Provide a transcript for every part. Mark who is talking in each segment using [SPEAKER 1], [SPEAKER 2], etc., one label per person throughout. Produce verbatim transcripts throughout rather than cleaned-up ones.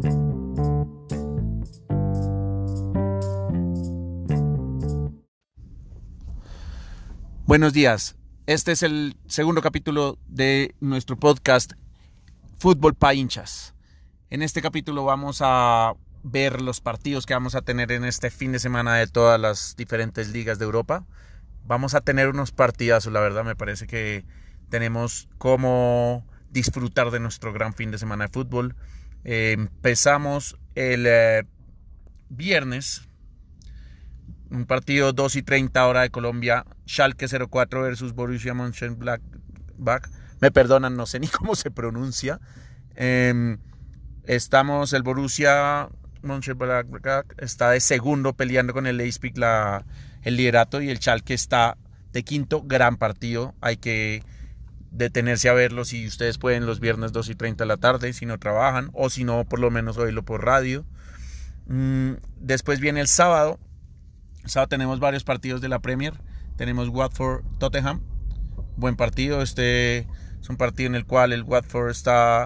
[SPEAKER 1] Buenos días, este es el segundo capítulo de nuestro podcast Fútbol pa' hinchas. En este capítulo vamos a ver los partidos que vamos a tener en este fin de semana de todas las diferentes ligas de Europa. Vamos a tener unos partidazos, la verdad me parece que tenemos cómo disfrutar de nuestro gran fin de semana de fútbol. Eh, empezamos el eh, viernes. Un partido dos y treinta hora de Colombia, Schalke cero cuatro versus Borussia Mönchengladbach. Me perdonan, no sé ni cómo se pronuncia. Eh, estamos, el Borussia Mönchengladbach está de segundo peleando con el Leipzig la, el liderato, y el Schalke está de quinto. Gran partido, hay que detenerse a verlo si ustedes pueden los viernes dos y treinta de la tarde, si no trabajan, o si no por lo menos oírlo por radio. Mm, después viene el sábado. El sábado tenemos varios partidos de la Premier. Tenemos Watford-Tottenham. Buen partido. Este es un partido en el cual el Watford está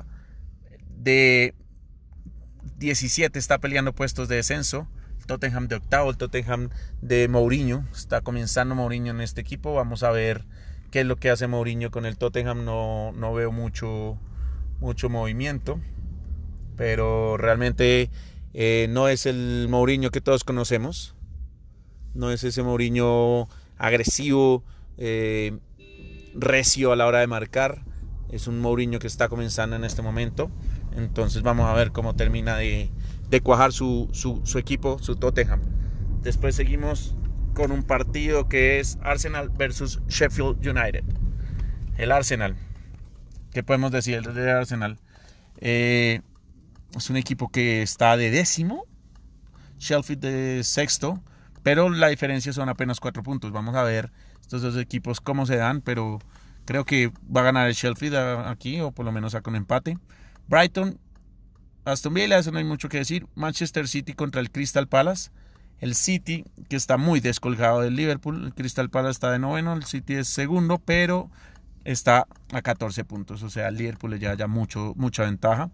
[SPEAKER 1] de diecisiete, está peleando puestos de descenso. El Tottenham de octavo, el Tottenham de Mourinho. Está comenzando Mourinho en este equipo. Vamos a ver qué es lo que hace Mourinho con el Tottenham. No, no veo mucho, mucho movimiento. Pero realmente eh, no es el Mourinho que todos conocemos. No es ese Mourinho agresivo, eh, recio a la hora de marcar. Es un Mourinho que está comenzando en este momento. Entonces vamos a ver cómo termina de, de cuajar su, su, su equipo, su Tottenham. Después seguimos con un partido que es Arsenal versus Sheffield United. El Arsenal, ¿qué podemos decir del Arsenal? Eh, es un equipo que está de décimo, Sheffield de sexto, pero la diferencia son apenas cuatro puntos. Vamos a ver estos dos equipos cómo se dan, pero creo que va a ganar el Sheffield aquí, o por lo menos saca un empate. Brighton, Aston Villa, eso no hay mucho que decir. Manchester City contra el Crystal Palace. El City, que está muy descolgado del Liverpool. El Crystal Palace está de noveno, el City es segundo, pero está a catorce puntos. O sea, el Liverpool le lleva ya mucho, mucha ventaja.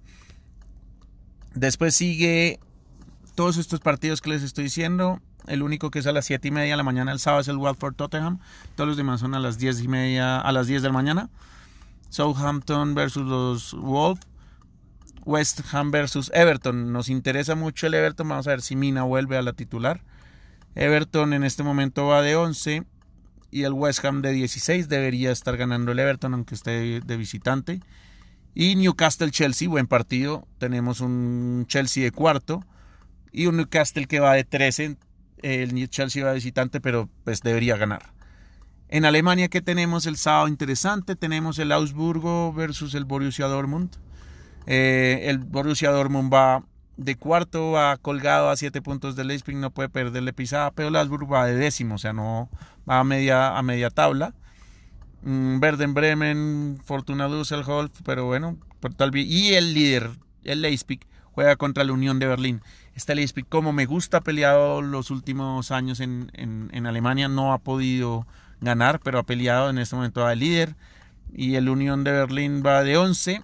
[SPEAKER 1] Después sigue todos estos partidos que les estoy diciendo. El único que es a las siete y media de la mañana el sábado es el Watford-Tottenham. Todos los demás son a las diez y media, a las diez de la mañana. Southampton versus los Wolves. West Ham versus Everton. Nos interesa mucho el Everton. Vamos a ver si Mina vuelve a la titular. Everton en este momento va de once y el West Ham de dieciséis. Debería estar ganando el Everton, aunque esté de visitante. Y Newcastle-Chelsea, buen partido. Tenemos un Chelsea de cuarto y un Newcastle que va de trece. El Chelsea va de visitante, pero pues debería ganar. En Alemania, ¿qué tenemos el sábado interesante? Tenemos el Augsburgo versus el Borussia Dortmund. Eh, el Borussia Dortmund va de cuarto, va colgado a siete puntos del Leipzig, no puede perderle pisada, pero el Augsburgo va de décimo, o sea, no va a media, a media tabla. Mm, Werder Bremen, Fortuna Düsseldorf, pero bueno, por tal vez. Y el líder, el Leipzig, juega contra la Unión de Berlín. Este Leipzig, como me gusta, ha peleado los últimos años en, en, en Alemania, no ha podido ganar, pero ha peleado. En este momento va el líder. Y el Unión de Berlín va de once.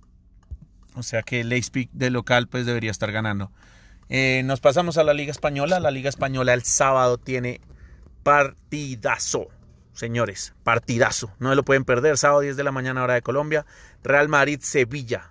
[SPEAKER 1] O sea que el Leipzig de local pues debería estar ganando. Eh, nos pasamos a la Liga Española. La Liga Española el sábado tiene partidazo. Señores, partidazo. No se lo pueden perder. Sábado diez de la mañana, hora de Colombia. Real Madrid-Sevilla.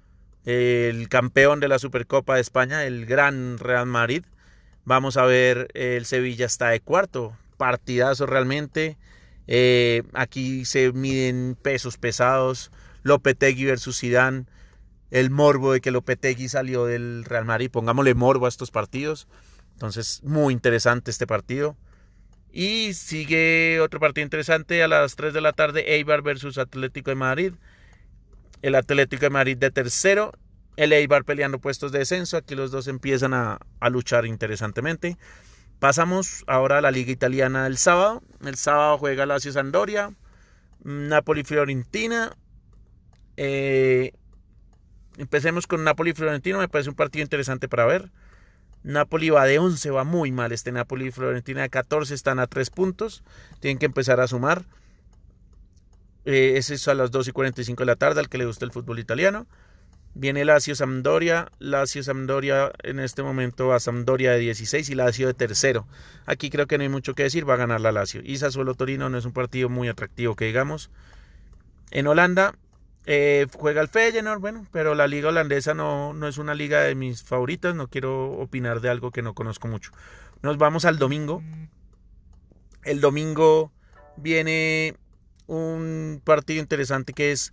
[SPEAKER 1] El campeón de la Supercopa de España, el gran Real Madrid. Vamos a ver, el Sevilla está de cuarto. Partidazo realmente. Eh, aquí se miden pesos pesados. Lopetegui versus Zidane. El morbo de que Lopetegui salió del Real Madrid. Pongámosle morbo a estos partidos. Entonces, muy interesante este partido. Y sigue otro partido interesante a las tres de la tarde. Eibar versus Atlético de Madrid. El Atlético de Madrid de tercero, el Eibar peleando puestos de descenso. Aquí los dos empiezan a, a luchar interesantemente. Pasamos ahora a la Liga Italiana del sábado. El sábado juega Lazio Sampdoria, Napoli-Fiorentina. Eh, empecemos con Napoli-Fiorentina. Me parece un partido interesante para ver. Napoli va de once, va muy mal este Napoli. Fiorentina de catorce, están a tres puntos. Tienen que empezar a sumar. Eh, ese es a las dos y cuarenta y cinco de la tarde, al que le gusta el fútbol italiano. Viene Lazio Sampdoria, Lazio Sampdoria en este momento va Sampdoria de dieciséis y Lazio de tercero. Aquí creo que no hay mucho que decir, va a ganar la Lazio. Y Sassuolo Torino no es un partido muy atractivo que digamos. En Holanda eh, juega el Feyenoord, bueno, pero la liga holandesa no, no es una liga de mis favoritas, no quiero opinar de algo que no conozco mucho. Nos vamos al domingo. El domingo viene un partido interesante que es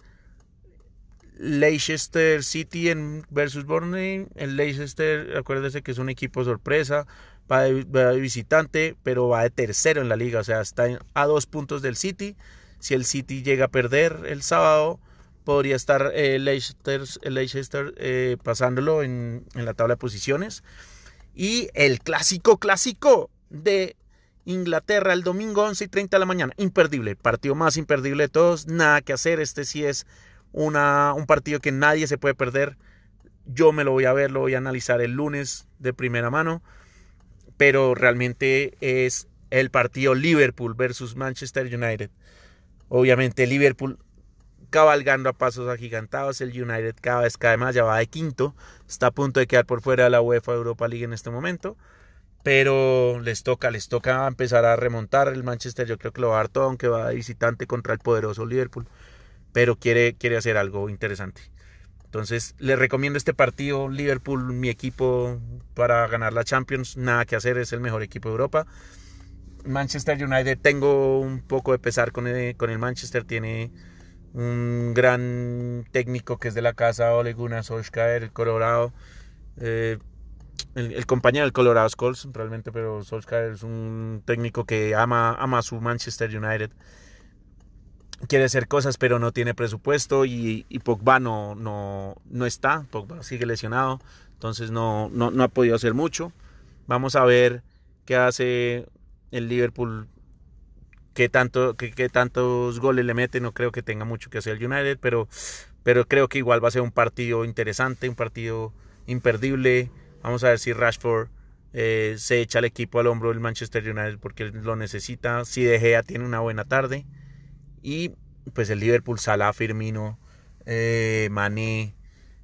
[SPEAKER 1] Leicester City en versus Burnley. El Leicester, acuérdese que es un equipo sorpresa, va de, va de visitante, pero va de tercero en la liga, o sea, está a dos puntos del City. Si el City llega a perder el sábado, podría estar eh, Leicester, el Leicester eh, pasándolo en, en la tabla de posiciones. Y el clásico, clásico de Inglaterra, el domingo once y treinta de la mañana, imperdible, partido más imperdible de todos, nada que hacer, este sí es una, un partido que nadie se puede perder. Yo me lo voy a ver, lo voy a analizar el lunes de primera mano, pero realmente es el partido Liverpool versus Manchester United. Obviamente Liverpool cabalgando a pasos agigantados, el United cada vez cae más, ya va de quinto, está a punto de quedar por fuera de la UEFA Europa League en este momento, pero les toca, les toca empezar a remontar. El Manchester yo creo que lo va a dar todo, aunque va de visitante contra el poderoso Liverpool, pero quiere, quiere hacer algo interesante. Entonces les recomiendo este partido. Liverpool, mi equipo para ganar la Champions, nada que hacer, es el mejor equipo de Europa. Manchester United, tengo un poco de pesar con el, con el Manchester, tiene un gran técnico que es de la casa, Ole Gunnar Solskjaer, el Colorado, eh, el, el compañero del Colorado Scholes realmente, pero Solskjaer es un técnico que ama, ama a su Manchester United, quiere hacer cosas pero no tiene presupuesto, y, y Pogba no, no, no está, Pogba sigue lesionado, entonces no, no, no ha podido hacer mucho. Vamos a ver qué hace el Liverpool, qué, tanto, qué, qué tantos goles le mete. No creo que tenga mucho que hacer el United, pero, pero creo que igual va a ser un partido interesante, un partido imperdible. Vamos a ver si Rashford eh, se echa al equipo al hombro del Manchester United porque lo necesita, si De Gea tiene una buena tarde, y pues el Liverpool, Salah, Firmino, eh, Mané,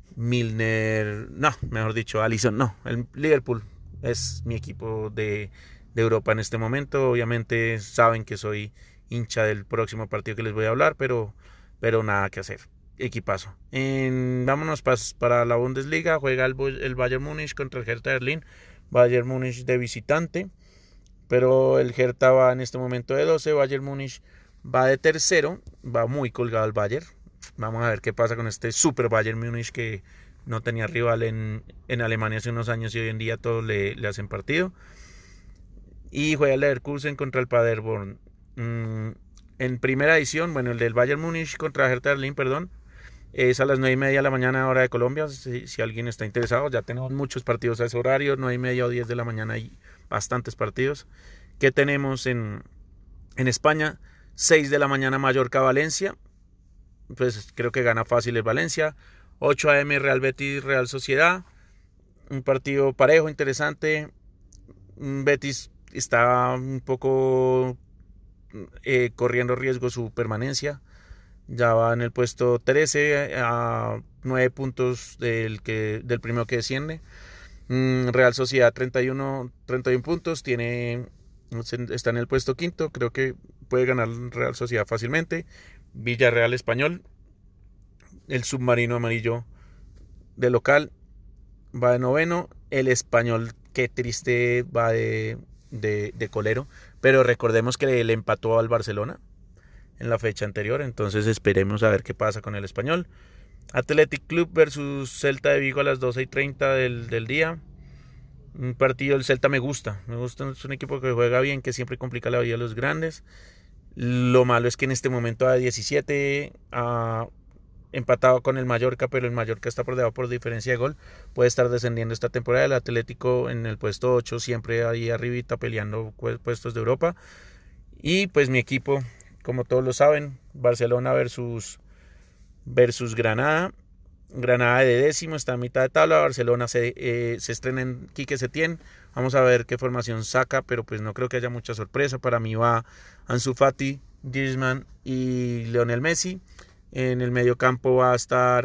[SPEAKER 1] Milner, no, mejor dicho, Alisson, no, el Liverpool es mi equipo de, de Europa en este momento. Obviamente saben que soy hincha del próximo partido que les voy a hablar, pero, pero nada que hacer, equipazo. En, vámonos pas, para la Bundesliga, juega el, el Bayern Múnich contra el Hertha Berlín. Bayern Múnich de visitante, pero el Hertha va en este momento de doce, Bayern Múnich va de tercero, va muy colgado el Bayern. Vamos a ver qué pasa con este super Bayern Múnich que no tenía rival en, en Alemania hace unos años y hoy en día todos le, le hacen partido. Y juega el Leverkusen contra el Paderborn. Mm, en primera edición, bueno, el del Bayern Múnich contra Hertha Berlín, perdón, es a las nueve y media de la mañana hora de Colombia. Si, si alguien está interesado, ya tenemos muchos partidos a ese horario, nueve y media o diez de la mañana, hay bastantes partidos. ¿Qué tenemos en, en España? seis de la mañana Mallorca Valencia, pues creo que gana fácil el Valencia. ocho a eme Real Betis Real Sociedad, un partido parejo, interesante. Betis está un poco eh, corriendo riesgo su permanencia, ya va en el puesto trece a nueve puntos del, que, del primero que desciende. Real Sociedad treinta y uno puntos, tiene, está en el puesto quinto, creo que puede ganar Real Sociedad fácilmente. Villarreal Español, el submarino amarillo de local, va de noveno. El Español, qué triste, va de, de, de colero, pero recordemos que le empató al Barcelona en la fecha anterior, entonces esperemos a ver qué pasa con el Español. Athletic Club versus Celta de Vigo a las doce y treinta del, del día. Un partido, el Celta me gusta, me gusta, es un equipo que juega bien, que siempre complica la vida a los grandes. Lo malo es que en este momento a diecisiete, a, empatado con el Mallorca, pero el Mallorca está por debajo por diferencia de gol, puede estar descendiendo esta temporada. El Atlético en el puesto ocho, siempre ahí arribita peleando puestos de Europa. Y pues mi equipo, como todos lo saben, Barcelona versus, versus Granada. Granada de décimo, está a mitad de tabla. Barcelona se, eh, se estrena en Quique Setién. Vamos a ver qué formación saca, pero pues no creo que haya mucha sorpresa. Para mí va Ansu Fati, Griezmann y Lionel Messi. En el medio campo va a estar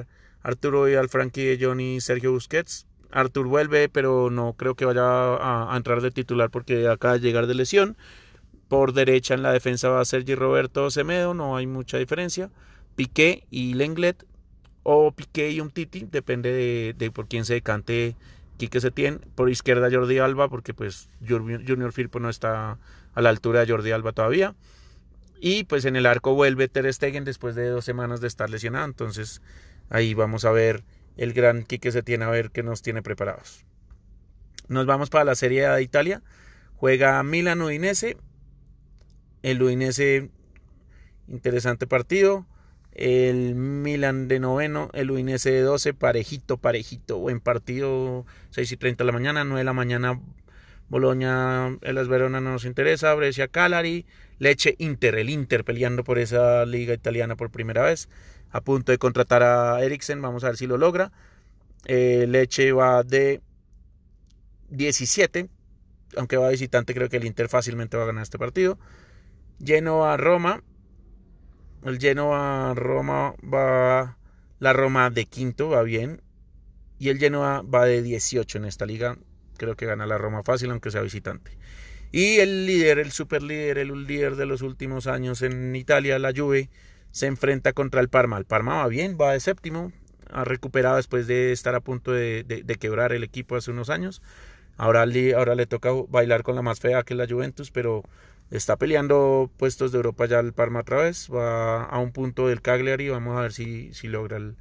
[SPEAKER 1] Arturo Vidal, Frankie de Jong y Sergio Busquets. Artur vuelve, pero no creo que vaya a, a entrar de titular porque acaba de llegar de lesión. Por derecha en la defensa va Sergi Roberto Semedo, no hay mucha diferencia. Piqué y Lenglet, o Piqué y Umtiti, depende de, de por quién se decante Quique Setién. Por izquierda Jordi Alba, porque pues Junior Firpo no está a la altura de Jordi Alba todavía. Y pues en el arco vuelve Ter Stegen después de dos semanas de estar lesionado. Entonces ahí vamos a ver el gran Quique Setién, a ver qué nos tiene preparados. Nos vamos para la Serie A de Italia. Juega Milan Udinese. El Udinese, interesante partido. El Milan de noveno, el Udinese de doce, parejito, parejito. Buen partido, seis y treinta de la mañana, nueve de la mañana. Bologna, Hellas Verona no nos interesa. Brescia, Cagliari, Lecce, Inter. El Inter peleando por esa liga italiana por primera vez. A punto de contratar a Eriksen, vamos a ver si lo logra. Eh, Lecce va de diecisiete, aunque va visitante, creo que el Inter fácilmente va a ganar este partido. Genoa, Roma. El Genoa, Roma va. La Roma de quinto, va bien. Y el Genoa va de dieciocho en esta liga. Creo que gana la Roma fácil, aunque sea visitante. Y el líder, el super líder, el líder de los últimos años en Italia, la Juve, se enfrenta contra el Parma. El Parma va bien, va de séptimo. Ha recuperado después de estar a punto de, de, de quebrar el equipo hace unos años. Ahora, ahora le toca bailar con la más fea, que es la Juventus, pero está peleando puestos de Europa ya el Parma otra vez. Va a un punto del Cagliari. Vamos a ver si, si, logra, el,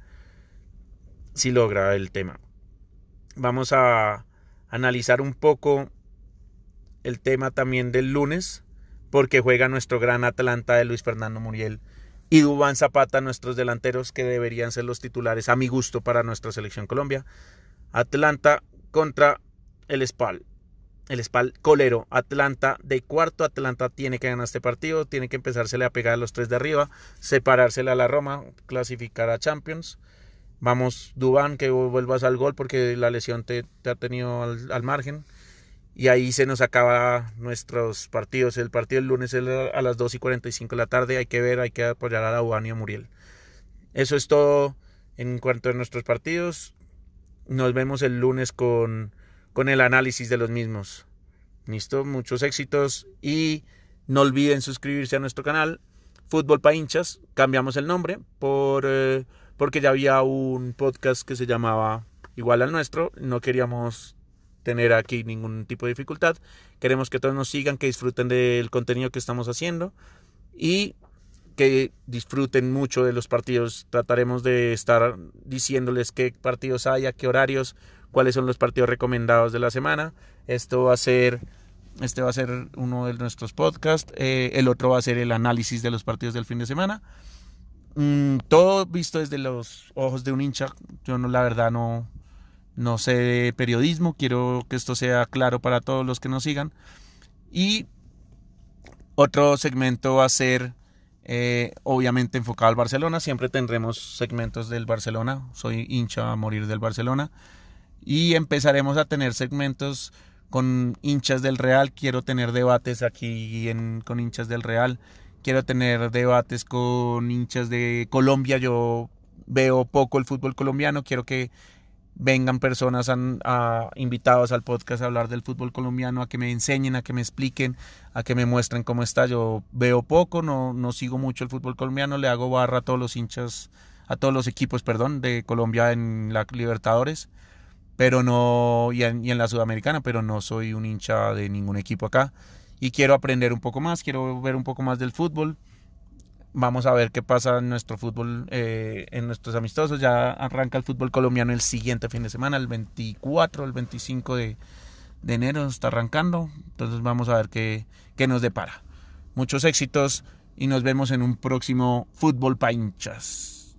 [SPEAKER 1] si logra el tema. Vamos a analizar un poco el tema también del lunes, porque juega nuestro gran Atalanta de Luis Fernando Muriel y Duván Zapata, nuestros delanteros que deberían ser los titulares a mi gusto para nuestra selección Colombia. Atlanta contra el Spal. El Spal colero. Atlanta de cuarto. Atlanta tiene que ganar este partido. Tiene que empezársele a pegar a los tres de arriba. Separársele a la Roma. Clasificar a Champions. Vamos, Duván, que vuelvas al gol porque la lesión te, te ha tenido al, al margen. Y ahí se nos acaba nuestros partidos. El partido del lunes es a las dos y cuarenta y cinco de la tarde. Hay que ver, hay que apoyar a la Duván y a Muriel. Eso es todo en cuanto a nuestros partidos. Nos vemos el lunes con, con el análisis de los mismos. Listo, muchos éxitos. Y no olviden suscribirse a nuestro canal Fútbol pa' hinchas. Cambiamos el nombre por... Eh, porque ya había un podcast que se llamaba igual al nuestro. No queríamos tener aquí ningún tipo de dificultad. Queremos que todos nos sigan, que disfruten del contenido que estamos haciendo y que disfruten mucho de los partidos. Trataremos de estar diciéndoles qué partidos hay, a qué horarios, cuáles son los partidos recomendados de la semana. Esto va a ser, este va a ser uno de nuestros podcasts. Eh, el otro va a ser el análisis de los partidos del fin de semana. Mm, todo visto desde los ojos de un hincha. Yo no, la verdad no, no sé de periodismo. Quiero que esto sea claro para todos los que nos sigan. Y otro segmento va a ser eh, obviamente enfocado al Barcelona. Siempre tendremos segmentos del Barcelona. Soy hincha a morir del Barcelona. Y empezaremos a tener segmentos con hinchas del Real. Quiero tener debates aquí en, con hinchas del Real. Quiero tener debates con hinchas de Colombia. Yo veo poco el fútbol colombiano. Quiero que vengan personas a, a, invitados al podcast a hablar del fútbol colombiano, a que me enseñen, a que me expliquen, a que me muestren cómo está. Yo veo poco, no, no sigo mucho el fútbol colombiano. Le hago barra a todos los hinchas, a todos los equipos, perdón, de Colombia en la Libertadores, pero no, y en, y en la Sudamericana, pero no soy un hincha de ningún equipo acá. Y quiero aprender un poco más, quiero ver un poco más del fútbol. Vamos a ver qué pasa en nuestro fútbol, eh, en nuestros amistosos. Ya arranca el fútbol colombiano el siguiente fin de semana, el veinticuatro, el veinticinco de, de enero está arrancando. Entonces vamos a ver qué, qué nos depara. Muchos éxitos y nos vemos en un próximo Fútbol pa' hinchas.